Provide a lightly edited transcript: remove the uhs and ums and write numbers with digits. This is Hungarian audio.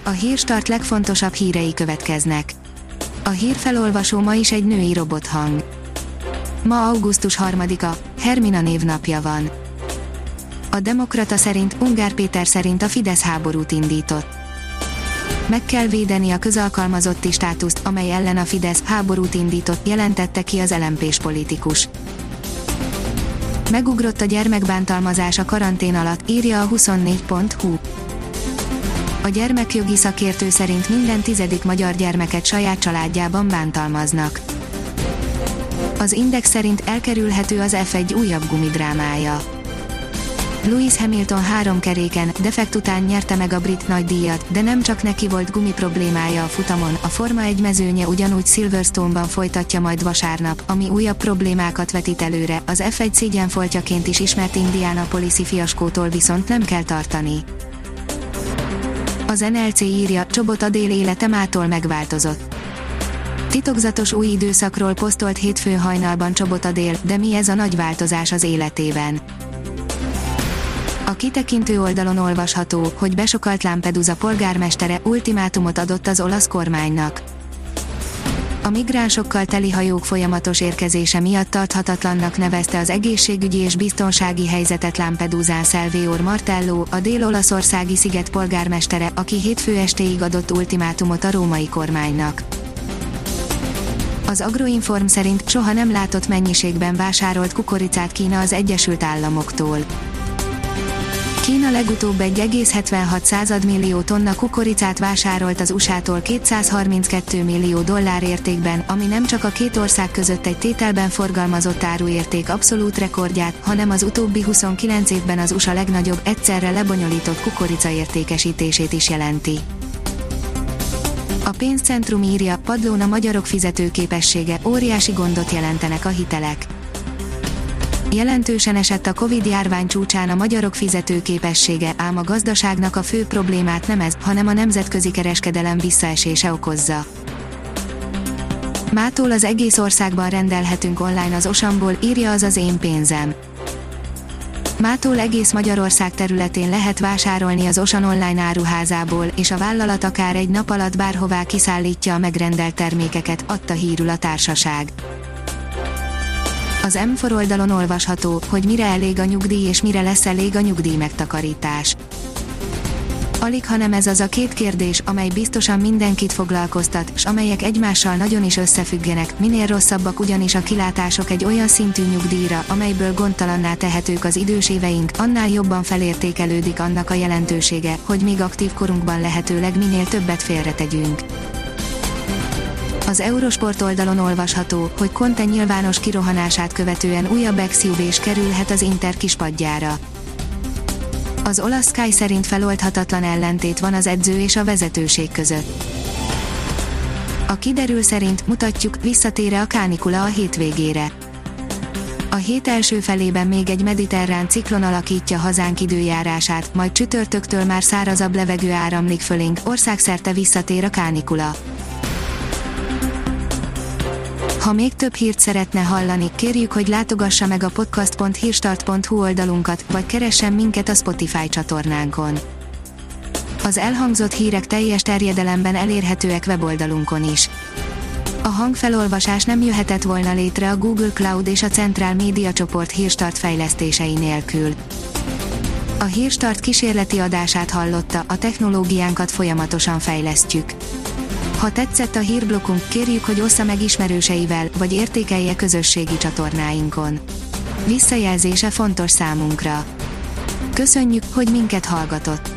A Hírstart legfontosabb hírei következnek. A hírfelolvasó ma is egy női robothang. Ma augusztus 3-a, Hermina névnapja van. A Demokrata szerint, Ungár Péter szerint a Fidesz háborút indított. Meg kell védeni a közalkalmazotti státuszt, amely ellen a Fidesz háborút indított, jelentette ki az LMP-s politikus. Megugrott a gyermekbántalmazás a karantén alatt, írja a 24.hu. A gyermekjogi szakértő szerint minden 10. magyar gyermeket saját családjában bántalmaznak. Az Index szerint elkerülhető az F1 újabb gumidrámája. Lewis Hamilton 3 keréken, defekt után nyerte meg a brit nagydíjat, de nem csak neki volt gumi problémája a futamon, a Forma 1 mezőnye ugyanúgy Silverstone-ban folytatja majd vasárnap, ami újabb problémákat vetít előre, az F1 szégyenfoltjaként is ismert Indianapolisi fiaskótól viszont nem kell tartani. Az NLC írja, Csobot Adél élete mától megváltozott. Titokzatos új időszakról posztolt hétfőn hajnalban Csobot Adél, de mi ez a nagy változás az életében? A kitekintő oldalon olvasható, hogy besokalt Lampedusa polgármestere ultimátumot adott az olasz kormánynak. A migránsokkal teli hajók folyamatos érkezése miatt tarthatatlannak nevezte az egészségügyi és biztonsági helyzetet Lampedusán Salvatore Martello, a dél-olaszországi sziget polgármestere, aki hétfő estéig adott ultimátumot a római kormánynak. Az Agroinform szerint soha nem látott mennyiségben vásárolt kukoricát Kína az Egyesült Államoktól. Kína legutóbb 1,76 millió tonna kukoricát vásárolt az USA-tól $232 millió értékben, ami nem csak a két ország között egy tételben forgalmazott áruérték abszolút rekordját, hanem az utóbbi 29 évben az USA legnagyobb, egyszerre lebonyolított kukorica értékesítését is jelenti. A pénzcentrum írja, padlón a magyarok fizetőképessége, óriási gondot jelentenek a hitelek. Jelentősen esett a Covid-járvány csúcsán a magyarok fizetőképessége, ám a gazdaságnak a fő problémát nem ez, hanem a nemzetközi kereskedelem visszaesése okozza. Mától az egész országban rendelhetünk online az Osamból, írja az Én pénzem. Mától egész Magyarország területén lehet vásárolni az Osan online áruházából, és a vállalat akár egy nap alatt bárhová kiszállítja a megrendelt termékeket, adta hírül a társaság. Az M4 oldalon olvasható, hogy mire elég a nyugdíj és mire lesz elég a nyugdíj megtakarítás. Alig hanem ez az a két kérdés, amely biztosan mindenkit foglalkoztat, s amelyek egymással nagyon is összefüggenek, minél rosszabbak ugyanis a kilátások egy olyan szintű nyugdíjra, amelyből gondtalanná tehetők az idős éveink, annál jobban felértékelődik annak a jelentősége, hogy még aktív korunkban lehetőleg minél többet félretegyünk. Az Eurosport oldalon olvasható, hogy Conte nyilvános kirohanását követően újabb ex-Juve-s kerülhet az Inter kispadjára. Az olasz Sky szerint feloldhatatlan ellentét van az edző és a vezetőség között. A kiderül szerint mutatjuk, visszatér-e a kánikula a hétvégére. A hét első felében még egy mediterrán ciklon alakítja hazánk időjárását, majd csütörtöktől már szárazabb levegő áramlik fölénk, országszerte visszatér a kánikula. Ha még több hírt szeretne hallani, kérjük, hogy látogassa meg a podcast.hírstart.hu oldalunkat, vagy keressen minket a Spotify csatornánkon. Az elhangzott hírek teljes terjedelemben elérhetőek weboldalunkon is. A hangfelolvasás nem jöhetett volna létre a Google Cloud és a Central Média csoport Hírstart fejlesztései nélkül. A Hírstart kísérleti adását hallotta, a technológiánkat folyamatosan fejlesztjük. Ha tetszett a hírblokkunk, kérjük, hogy ossza meg ismerőseivel, vagy értékelje közösségi csatornáinkon. Visszajelzése fontos számunkra. Köszönjük, hogy minket hallgatott!